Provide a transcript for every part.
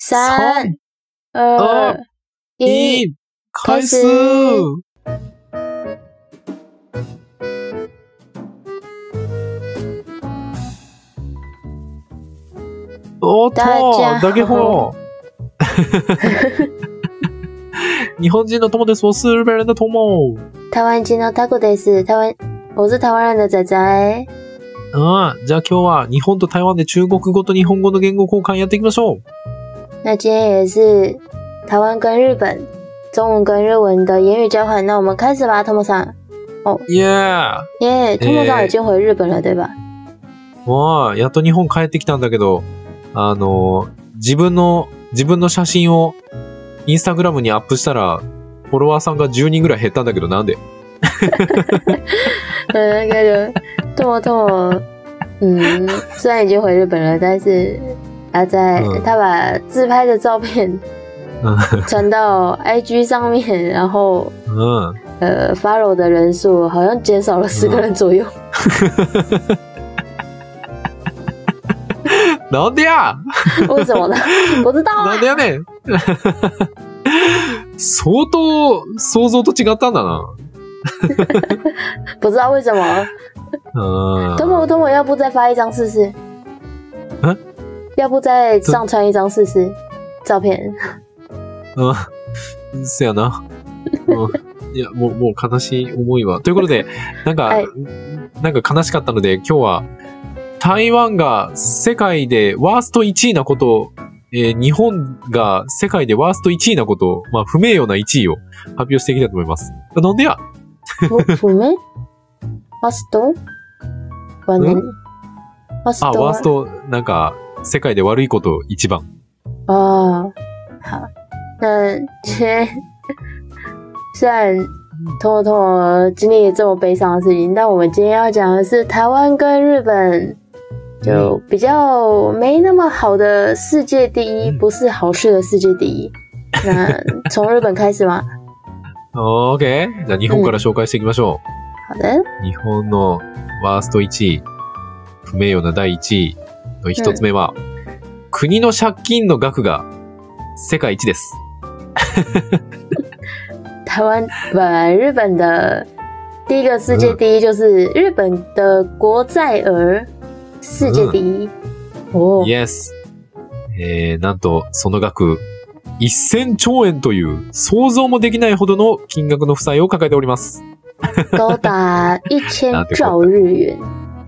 3、 2、 1、 開始。 おっと、 大家好。 日本人の友です。我是日本人的友。 台湾人のタコです。我是台湾人的仔仔。 じゃあ今日は日本と台湾で中国語と日本語の言語交換やっていきましょう。 那今天也是台湾跟日本中文跟日文的言语交换，那我们开始吧，トモさん。 耶トモさん已经回日本了，对吧？ やっと日本帰ってきたんだけど、自分の写真をインスタグラムにアップしたら、フォロワーさんが10人ぐらい減ったんだけど、なんで？ 那个トモ，虽然已经回日本了，但是他把自拍的照片传到 IG 上面，然后follow 的人数好像减少了10个人左右。 なんでや？ 为什么呢？不知道啊。 なんでやねん。相当想像と違ったんだな。 不知道为什么。トモ要不再发一张试试？要不再上传一张試試照片？ そやな。いや、もう悲しい思いは。ということで、なんか悲しかったので、今日は台湾が世界でワースト1位なことを、日本が世界でワースト1位なことを、不名誉な1位を発表していきたいと思います。なんでや？ 不名？ワースト？は何？ワースト、なんか、世界で悪いこと一番。 好。那今天虽然トモ经历了这么悲伤的事情，但我们今天要讲的是台湾跟日本就比较没那么好的世界第一，不是好事的世界第一。那从日本开始吗？ OK。じゃあ日本から紹介していきましょう。好的。 日本のワースト1位、不名誉な第1位の一つ目は、国の借金の額が世界一です。 日本的第一个世界第一就是日本的国债额世界第一。 Yes。なんとその額1000兆円という想像もできないほどの金額の負債を抱えております。 高達1000兆日元。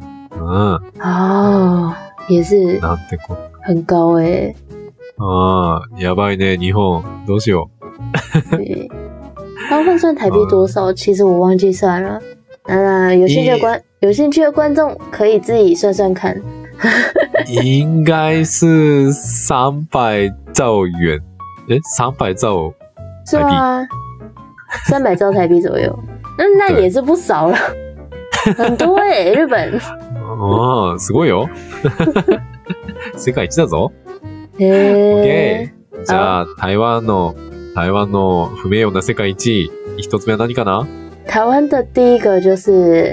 也是很高欸。やばいね、日本。どうしよう。对。它换算台币多少？其实我忘记算了。有兴趣的观众可以自己算算看。 应该是300兆元。300兆台币。是啊，300兆台币左右。那也是不少了。很多欸，日本。 すごいよ。世界一だぞ。OK。じゃあ、台湾の不名誉な世界一位、一つ目は何かな？ 台湾的第一个就是，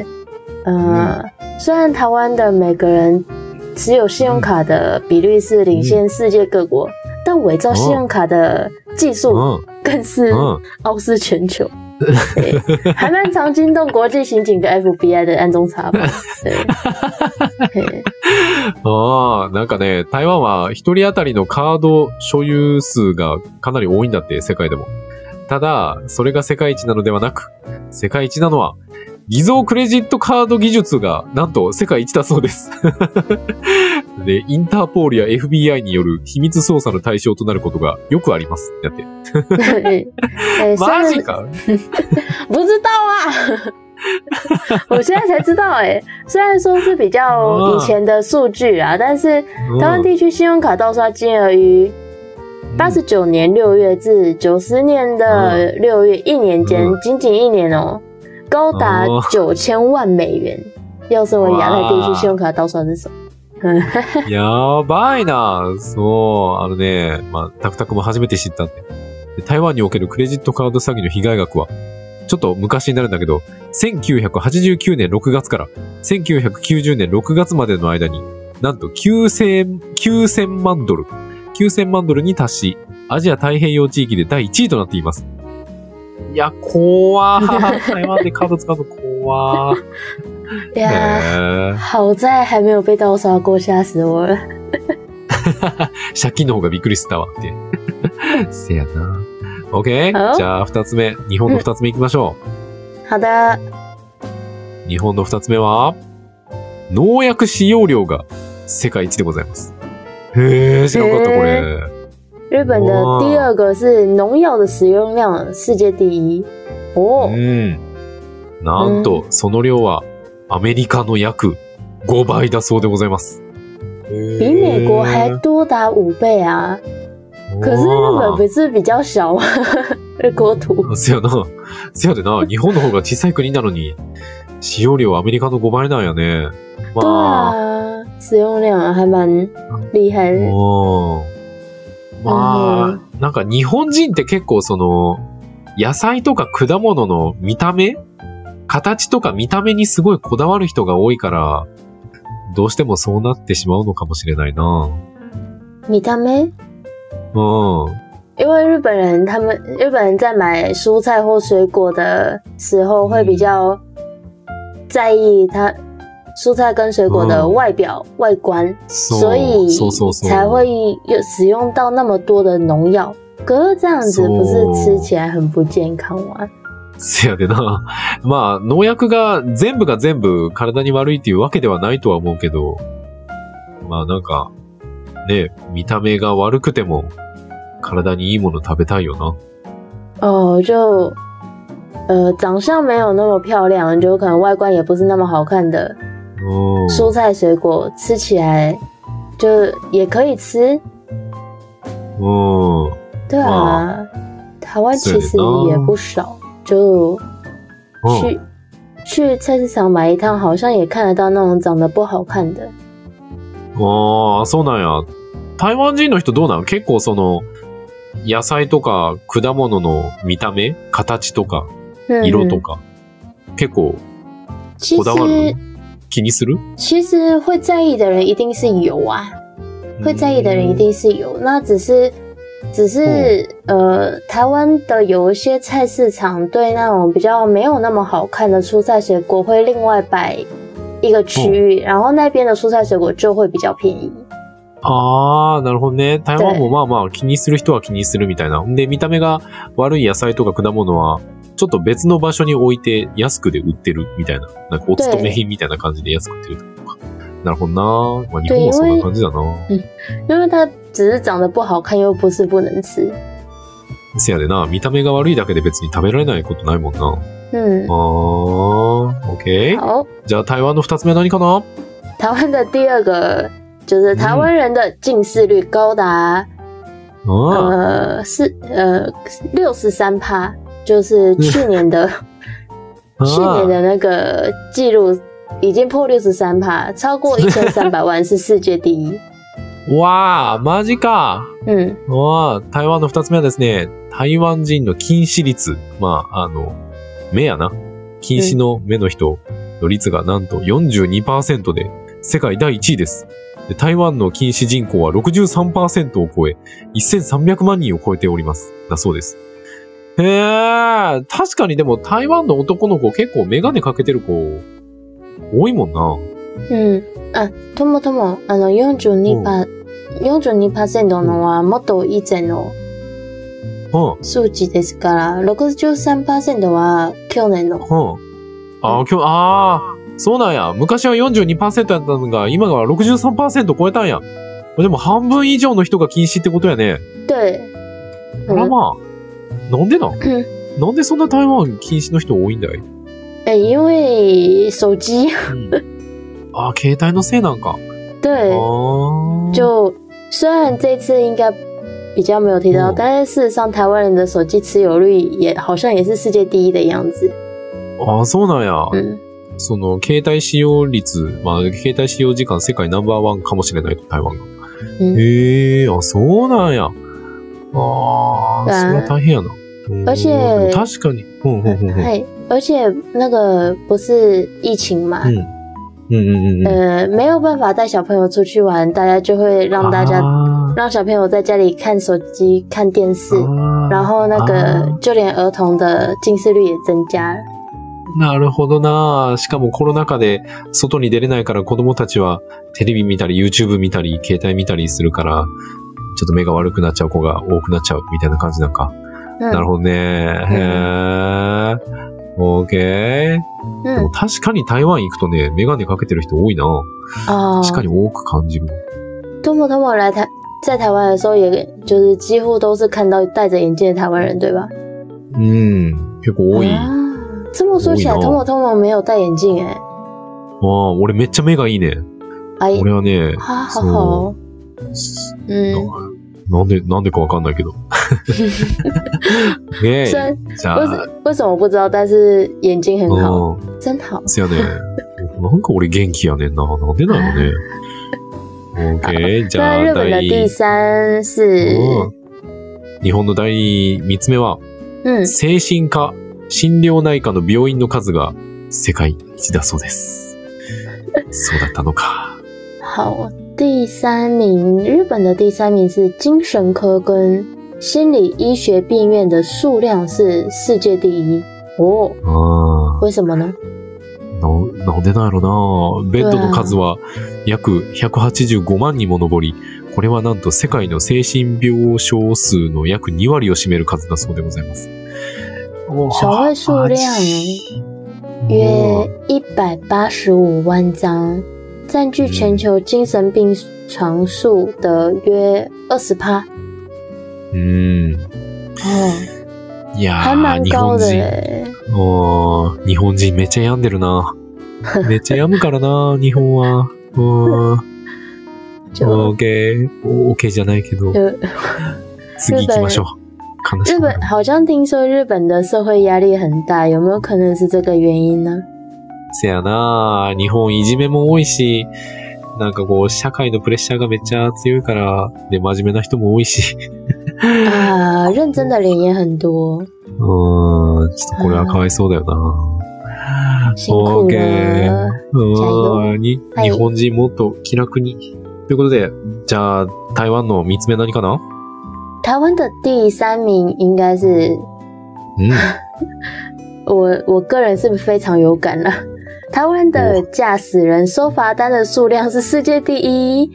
虽然台湾的每个人持有信用卡的比率是领先世界各国，但伪造信用卡的技术更是傲视全球。对，还蛮常惊动国际刑警跟 FBI 的暗中查吧。 なんかね、台湾は一人当たりのカード所有数がかなり多いんだって、世界でも。ただ、それが世界一なのではなく、世界一なのは、偽造クレジットカード技術がなんと世界一だそうです。で、インターポールや FBI による秘密捜査の対象となることがよくあります。だって。マジか？ 不知道啊。我现在才知道虽然说是比较以前的数据啊，但是台湾地区信用卡盗刷金额于89年6月至90年的6月1年间，仅仅1年高达9000万美元。要身为亚太地区信用卡盗刷之首。 やばいな。そう、タクタクも初めて知ったんで。台湾におけるクレジットカード詐欺の被害額は、ちょっと昔になるんだけど、1989年6月から1990年6月までの間に、なんと9000万ドル、 9000万ドルに達し、アジア太平洋地域で第1位となっています。いや、怖ー。台湾でカード使うの怖ー。 いや好在还没有被盗刷过，吓死我了。 借金の方がびっくりしたわって。せやな。OK? じゃあ2つ目。日本の2つ目行きましょう。好的。 日本の2つ目は、農薬使用量が世界一でございます。へー、知らなかったこれ。 日本的第二个是農藥的使用量世界第一。おなんと、その量はアメリカの約5倍だそうでございます。 比美国还多达5倍啊！可是日本不是比较小吗？国土。 せやな。せやでな。日本の方が小さい国なのに、使用量はアメリカの5倍なんやね。 まあ、对啊，使用量还蛮厉害的。 まあ、なんか日本人って結構その、野菜とか果物の見た目形とか見た目にすごいこだわる人が多いから、どうしてもそうなってしまうのかもしれないな。 見た目？因为日本人在买蔬菜或水果的时候会比较在意它蔬菜跟水果的外表、外观，所以才会使用到那么多的农药。可是这样子不是吃起来很不健康吗？ せやでな。まあ、農薬が全部体に悪いっていうわけではないとは思うけど、まあなんか、ね、見た目が悪くても体にいいもの食べたいよな。 就长相没有那么漂亮，就可能外观也不是那么好看的蔬菜水果，吃起来就也可以吃。对啊，台湾其实也不少。就去菜市场买一趟，好像也看得到那种长得不好看的。 そうなんや。台湾人の人どうなの？結構その野菜とか果物の見た目、形とか色とか、結構こだわる？気にする？ 其实会在意的人一定是有啊，会在意的人一定是有。那只是台湾的有一些菜市场对那种比较没有那么好看的蔬菜水果会另外摆一个区域，然后那边的蔬菜水果就会比较便宜。 なるほどね。台湾もまあまあ気にする人は気にするみたいな。で、見た目が悪い野菜とか果物はちょっと別の場所に置いて安くで売ってるみたいな。なんかお勤め品みたいな感じで安く売ってるとか。なるほどな。まあ日本もそんな感じだな。 因为它只是长得不好看，又不是不能吃。 せやでな、見た目が悪いだけで別に食べられないことないもんな。OK。 好。 じゃあ台湾の2つ目は何かな？ 台湾的第二个就是台湾人的近视率高达63%，就是去年的那个记录已经破63%，超过1300万是世界第一。 わー、マジか。わー、台湾の2つ目はですね、台湾人の近視率。まあ、目やな。近視の目の人の率がなんと 42% で世界第1位です。で台湾の近視人口は 63% を超え、1300万人を超えております。だそうです。へー、確かにでも台湾の男の子結構メガネかけてる子多いもんな。 とも42% のは元以前の数値ですから、63% は去年の。 そうなんや。昔は 42% だったのが、今が 63% 超えたんや。でも半分以上の人が近視ってことやね。 对。 まあ、なんでなんでそんな台湾近視の人多いんだい？ 因为手机。 携帯のせいなんか。 对。就虽然这次应该比较没有提到，但是事实上台湾人的手机持有率也好像也是世界第一的样子。 そうなんや。その携帯使用率、まあ携帯使用時間世界ナンバーワンかもしれないと台湾が。そうなんや。それは大変やな。 而且確かに。 而且那个不是疫情嘛。没有办法带小朋友出去玩，大家就会让大家让小朋友在家里看手机、看电视，然后那个就连儿童的近视率也增加了。 なるほどな。しかもコロナ禍で外に出れないから子供たちはテレビ見たり YouTube 見たり携帯見たりするからちょっと目が悪くなっちゃう子が多くなっちゃうみたいな感じなんか。なるほどね。へー。OK。でも確かに台湾行くとね、メガネかけてる人多いな。確かに多く感じる。 多么在台湾的时候，也就是几乎都是看到戴着眼镜的台湾人，对吧？ 結構多い。 这么说起来，トモ没有戴眼镜哎。 俺めっちゃ目がいいね。俺はね、 好。 なんでかわかんないけど。ねえ。じゃあ。 为什么不知道？但是眼睛很好，真好。 是やね。なんか俺元気やねんな。なんでなのね。OK。じゃあ、 日本的第3是。 日本の第3つ目は、精神科、心療内科の病院の数が世界一だそうです。そうだったのか。 好。第3名，日本的第3名是精神科跟心理医学病院的数量是世界第一。为什么呢？ なんでなんやろな。ベッドの数は約185万にも上り、これはなんと世界の精神病床数の約2割を占める数だそうでございます。 床位数量约185万张。占据全球精神病床数的约 20%。 いやー、 还蛮高的日本人めっちゃ病んでるな。めっちゃ病むからな、日本は。OK じゃないけど。次行きましょう。 日本好像听说日本的社会压力很大，有没有可能是这个原因呢？ せやな。日本いじめも多いし、なんかこう社会のプレッシャーがめっちゃ強いから、で真面目な人も多いし。 認真的人也很多。 ちょっとこれはかわいそうだよな。 辛苦了。 日本人もっと気楽に。ということで、じゃあ台湾の3つ目何かな？ 台湾的第3名应该是，我个人是非常有感啦。台湾的驾驶人收罚单的数量是世界第一。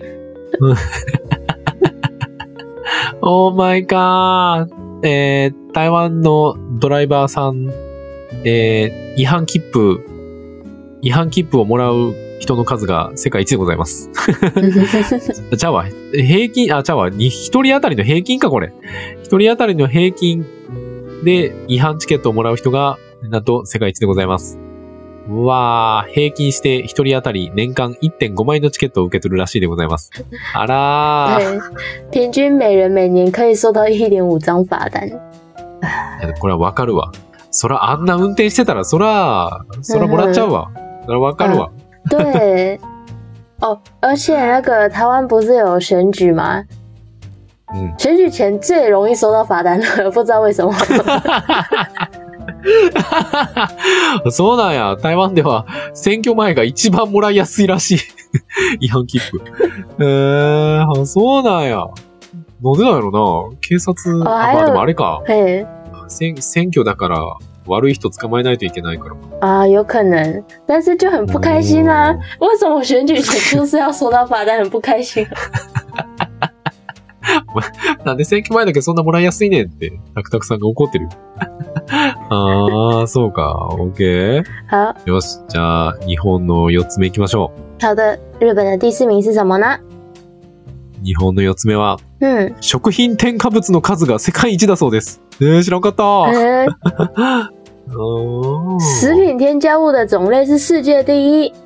Oh my god！台湾のドライバーさん、違反切符をもらう人の数が世界一でございます。じゃあ平均、一人当たりの平均かこれ。一人当たりの平均で違反チケットをもらう人が、なんと世界一でございます。うわー、平均して一人当たり年間 1.5 枚のチケットを受け取るらしいでございます。あらー。 平均每人每年可以收到 1.5 張罰單。 これはわかるわ。そらあんな運転してたらそらもらっちゃうわ。そらわかるわ。 对。而且那个台湾不是有选举吗？选举前最容易收到罚单了，不知道为什么。 そうなんや。台湾では選挙前が一番もらいやすいらしい。違反切符。そうなんや。なんでなんやろな。警察、でもあれか。選挙だから悪い人捕まえないといけないから。 有可能。但是就很不开心啊。为什么选举前就是要收到罚单，很不开心。 なんで選挙前だけそんなもらいやすいねんって、タクタクさんが怒ってるよ。そうか。OK。 好。 よし。じゃあ、日本の4つ目行きましょう。好的。日本的第4名是什么呢？ 日本の4つ目は、食品添加物の数が世界一だそうです。知らんかった。 食品添加物的種類是世界第一。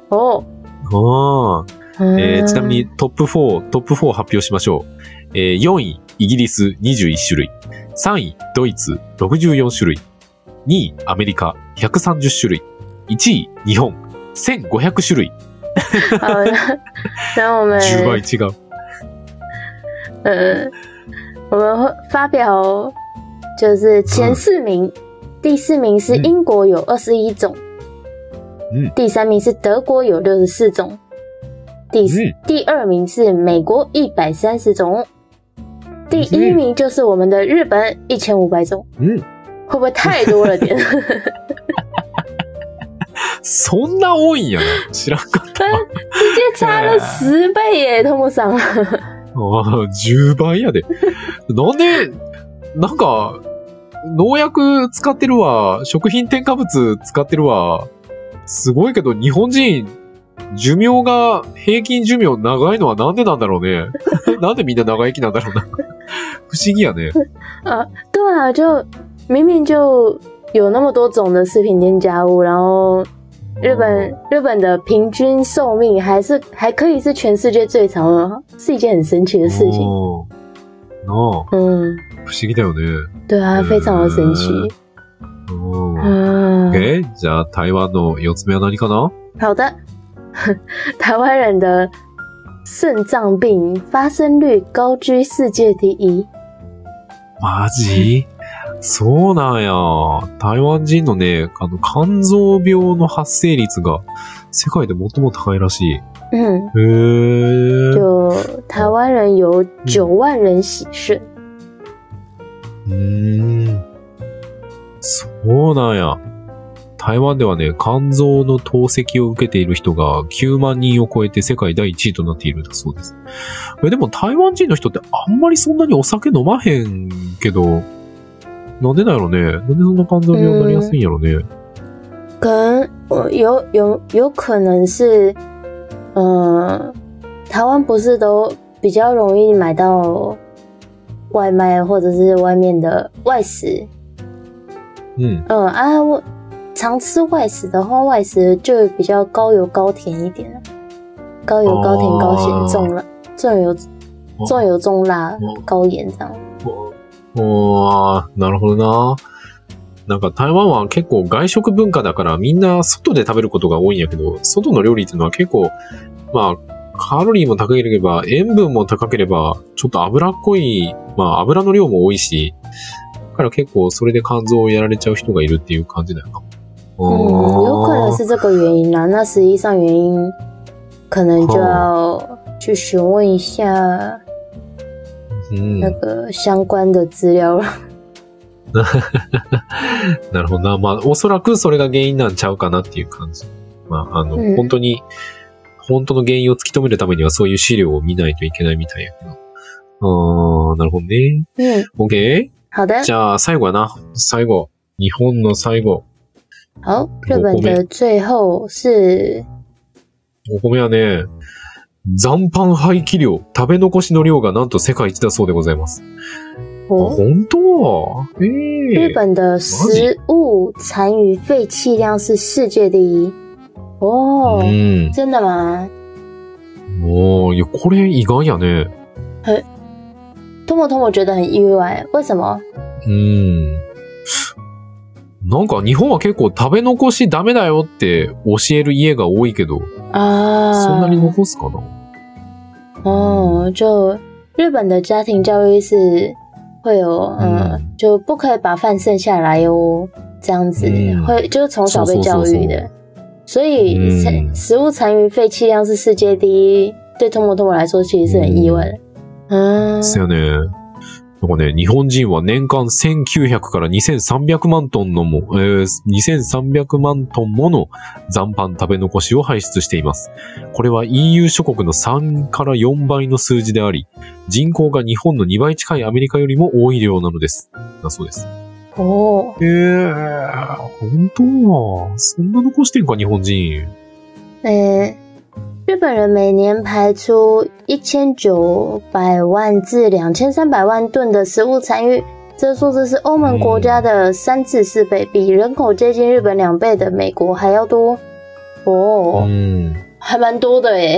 ちなみにトップ4発表しましょう。4位、イギリス21種類。3位、ドイツ64種類。2位、アメリカ130種類。1位、日本1500種類。10倍違う。 我们会发表就是前4名，第4名是英国有21种，第3名是德国有64种，第2名是美国130种， 第1名就是我们的日本1500种。会不会太多了点？ そんな多いんやな。知らんかったわ。 直接差了10倍耶、トモさん。 10倍やで。なんか、農薬使ってるわ、食品添加物使ってるわ。すごいけど、日本人、平均寿命長いのはなんでなんだろうね。なんでみんな長生きなんだろうな。不思議やね。 对啊，就明明就有那么多种的食品添加物，然后日本的平均寿命还可以是全世界最长的，是一件很神奇的事情。 不思議だよね。 对啊，非常的神奇。 じゃあ台湾の4つ目は何かな？ 好的，台湾人的肾脏病发生率高居世界第一。 マジ？そうなんや。台湾人のね、肝臓病の発生率が世界で最も高いらしい。 就台湾人有9万人洗肾。 そうなんや。台湾ではね、肝臓の透析を受けている人が9万人を超えて世界第1位となっているんだそうです。でも台湾人の人ってあんまりそんなにお酒飲まへんけど、なんでだろうね。なんでそんな肝臓病になりやすいんやろね。 可能有可能是，台湾不是都比较容易买到外卖或者是外面的外食。我常吃外食的话，外食就比较高油高甜一点了，高油高甜高咸重油重辣高盐这样。 なるほどな。なんか台湾は結構外食文化だからみんな外で食べることが多いんやけど、外の料理っていうのは結構、カロリーも高ければ、塩分も高ければ、ちょっと脂っこい、油の量も多いし、だから結構それで肝臓をやられちゃう人がいるっていう感じだよな。 有可能是这个原因啦。那实际上原因可能就要去询问一下那个相关的資料了。 なるほどな。おそらくそれが原因なんちゃうかなっていう感じ。本当の原因を突き止めるためにはそういう資料を見ないといけないみたいやけど。なるほどね。OK？ 好的。 じゃあ最後やな。日本の最後。 好，日本的最後是 5個目はね、残飯廃棄量、食べ残しの量がなんと世界一だそうでございます。本当？ 日本的食物残余废棄量是世界第一。真的吗？ いや、これ意外やね。 トモ觉得很意外。为什么？ なんか日本は結構食べ残しダメだよって教える家が多いけど、そんなに残すかな？ 就日本的家庭教育是会有就不可以把饭剩下来哦，这样子会就是从小被教育的，所以食物残余废弃量是世界第一，对トモ来说其实是很意外的。 そうやね。なんかね、日本人は年間1900から2300万トンの2300万トンもの残飯食べ残しを排出しています。これは EU 諸国の3から4倍の数字であり、人口が日本の2倍近いアメリカよりも多い量なのです。だそうです。本当はそんな残してんか、日本人。 日本人每年排出1900万至2300万吨的食物残余，这数字是欧盟国家的3至4倍，比人口接近日本2倍的美国还要多。还蛮多的耶。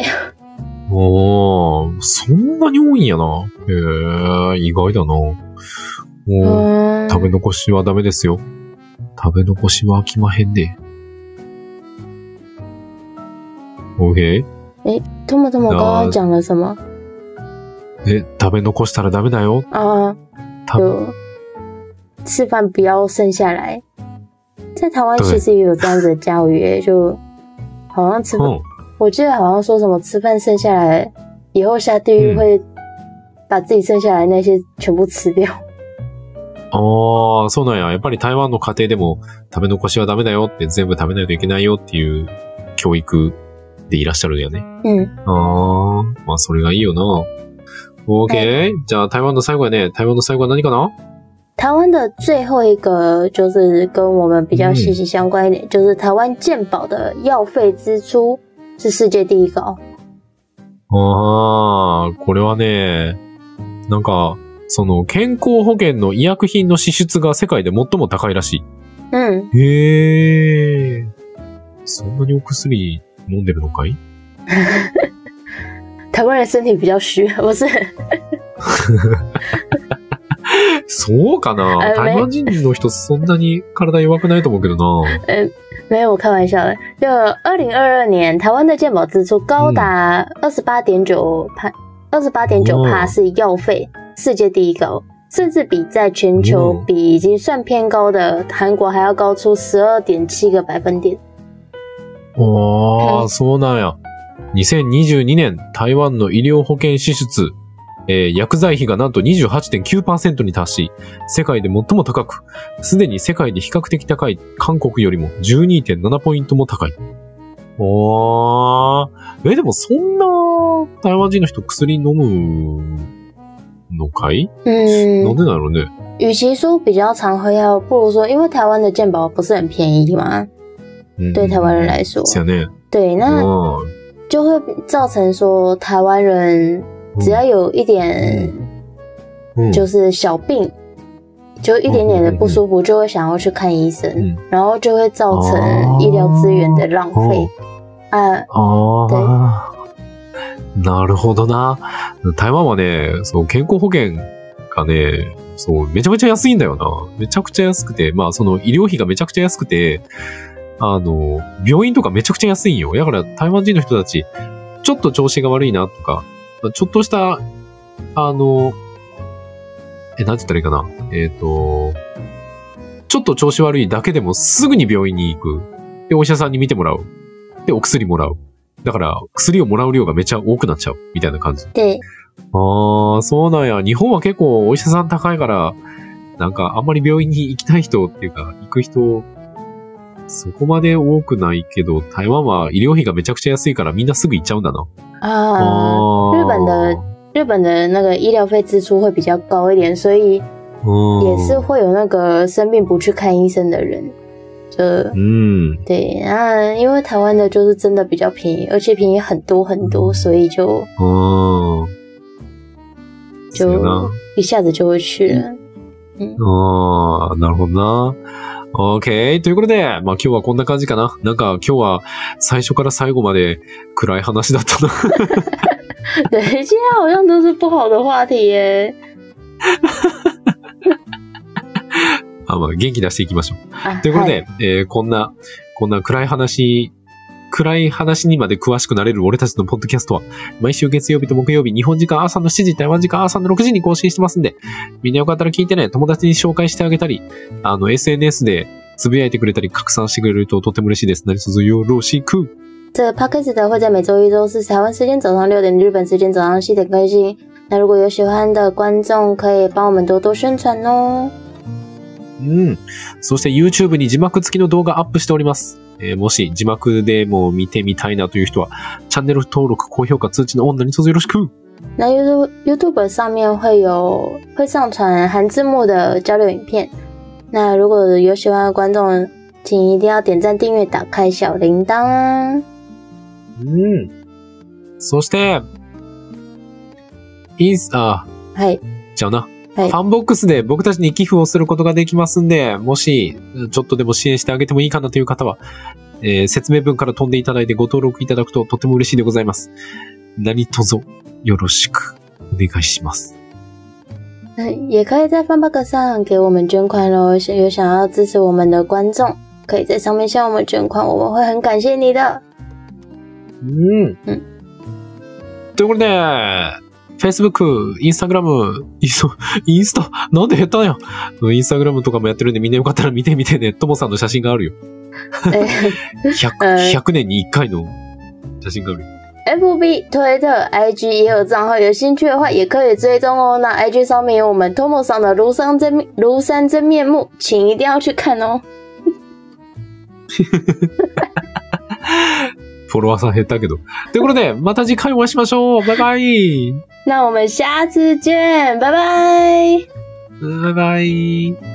そんなに多いんやな。意外だな。食べ残しはダメですよ。食べ残しは飽きまへんで。OK？ トモ刚刚讲了什么？ 食べ残したらダメだよ。 就吃饭不要剩下来。在台湾其实也有这样子的教育，就好像我记得好像说什么吃饭剩下来以后下地狱会把自己剩下来那些全部吃掉。 ああ、そうなんや。やっぱり台湾の家庭でも食べ残しはダメだよって全部食べないといけないよっていう教育でいらっしゃるんやね。ああ、まあそれがいいよな。OK、じゃあ台湾の最後やね。台湾の最後は何かな？ 台湾的最后一个就是跟我们比较息息相关一点，就是台湾健保的药费支出是世界第一高。 ああ、これはね、なんか、その健康保険の医薬品の支出が世界で最も高いらしい。へえ。そんなにお薬飲んでるのかい？ 台湾人身体比较虚，不是？ そうかな？台湾人の人そんなに体弱くないと思うけどな。 没有，我开玩笑的。就2022年，台湾的健保支出高达28.9%，28.9%是药费，世界第一高，甚至比在全球比已经算偏高的韩国还要高出12.7个百分点。 そうなんや。2022年、台湾の医療保険支出、薬剤費がなんと 28.9% に達し、世界で最も高く、すでに世界で比較的高い韓国よりも 12.7 ポイントも高い。でもそんな台湾人の人薬飲むのかい？なんでだろうね。 与其说比较常喝药，不如说因为台湾的健保不是很便宜嘛，对台湾人来说。 是ね。 对，那就会造成说台湾人只要有一点就是小病，就一点点的不舒服，就会想要去看医生，然后就会造成医療資源的浪費。对。 なるほどな。台湾はね、そう、健康保険がね、そう、めちゃめちゃ安いんだよな。めちゃくちゃ安くて、まあその医療費がめちゃくちゃ安くて、病院とかめちゃくちゃ安いんよ。だから台湾人の人たち、ちょっと調子が悪いなとか、ちょっとした、なんて言ったらいいかな。ちょっと調子悪いだけでもすぐに病院に行く。で、お医者さんに見てもらう。で、お薬もらう。だから、薬をもらう量がめっちゃ多くなっちゃう。みたいな感じ。 で、 そうなんや。日本は結構お医者さん高いから、なんかあんまり病院に行きたい人っていうか、行く人、そこまで多くないけど、台湾は医療費がめちゃくちゃ安いからみんなすぐ行っちゃうんだな。 日本的那个医疗费支出会比较高一点，所以也是会有那个生病不去看医生的人。对，因为台湾的就是真的比较便宜，而且便宜很多很多，所以就一下子就会去了。 なるほどな。OK。ということで、まあ今日はこんな感じかな。なんか今日は最初から最後まで暗い話だったな。 对，今天好像都是不好的话题耶。 まあ元気出していきましょう。ということで、こんな暗い話にまで詳しくなれる俺たちのポッドキャストは、毎週月曜日と木曜日、日本時間朝の7時、台湾時間朝の6時に更新してますんで、みんなよかったら聞いてね、友達に紹介してあげたり、SNS でつぶやいてくれたり、拡散してくれるととても嬉しいです。何卒よろしく。 这个 podcast 会在每周一、周四台湾时间早上6点，日本时间早上7点更新。那如果有喜欢的观众，可以帮我们多多宣传哦。 そして YouTube に字幕付きの動画アップしております。もし字幕でも見てみたいなという人は、チャンネル登録、高評価、通知のオン何卒よろしく。 那 YouTube 上面会上传含字幕的交流影片。那如果有喜欢的观众，请一定要点赞、订阅、打开小铃铛啊。 そして、 はい。 じゃあな。ファンボックスで僕たちに寄付をすることができますんで、もしちょっとでも支援してあげてもいいかなという方は、説明文から飛んでいただいてご登録いただくととても嬉しいでございます。何卒よろしくお願いします。 也可以在 Funbox 上给我们捐款哦。有想要支持我们的观众，可以在上面向我们捐款，我们会很感谢你的。 ということで、Facebook、Instagram、インスタなんで下手やん。Instagram とかもやってるんでみんなよかったら見てみてね。ともさんの写真があるよ。100年に1回の写真があるよ。 FB、推特、IG 也有账号，有兴趣的话也可以追踪哦。那 IG 上面有我们 Tomo 桑的庐山真面目，请一定要去看哦。 フォロワーさん減ったけど。ということで、また次回お会いしましょう。バイバイ。 那我们下次见，拜拜。 バイバイ。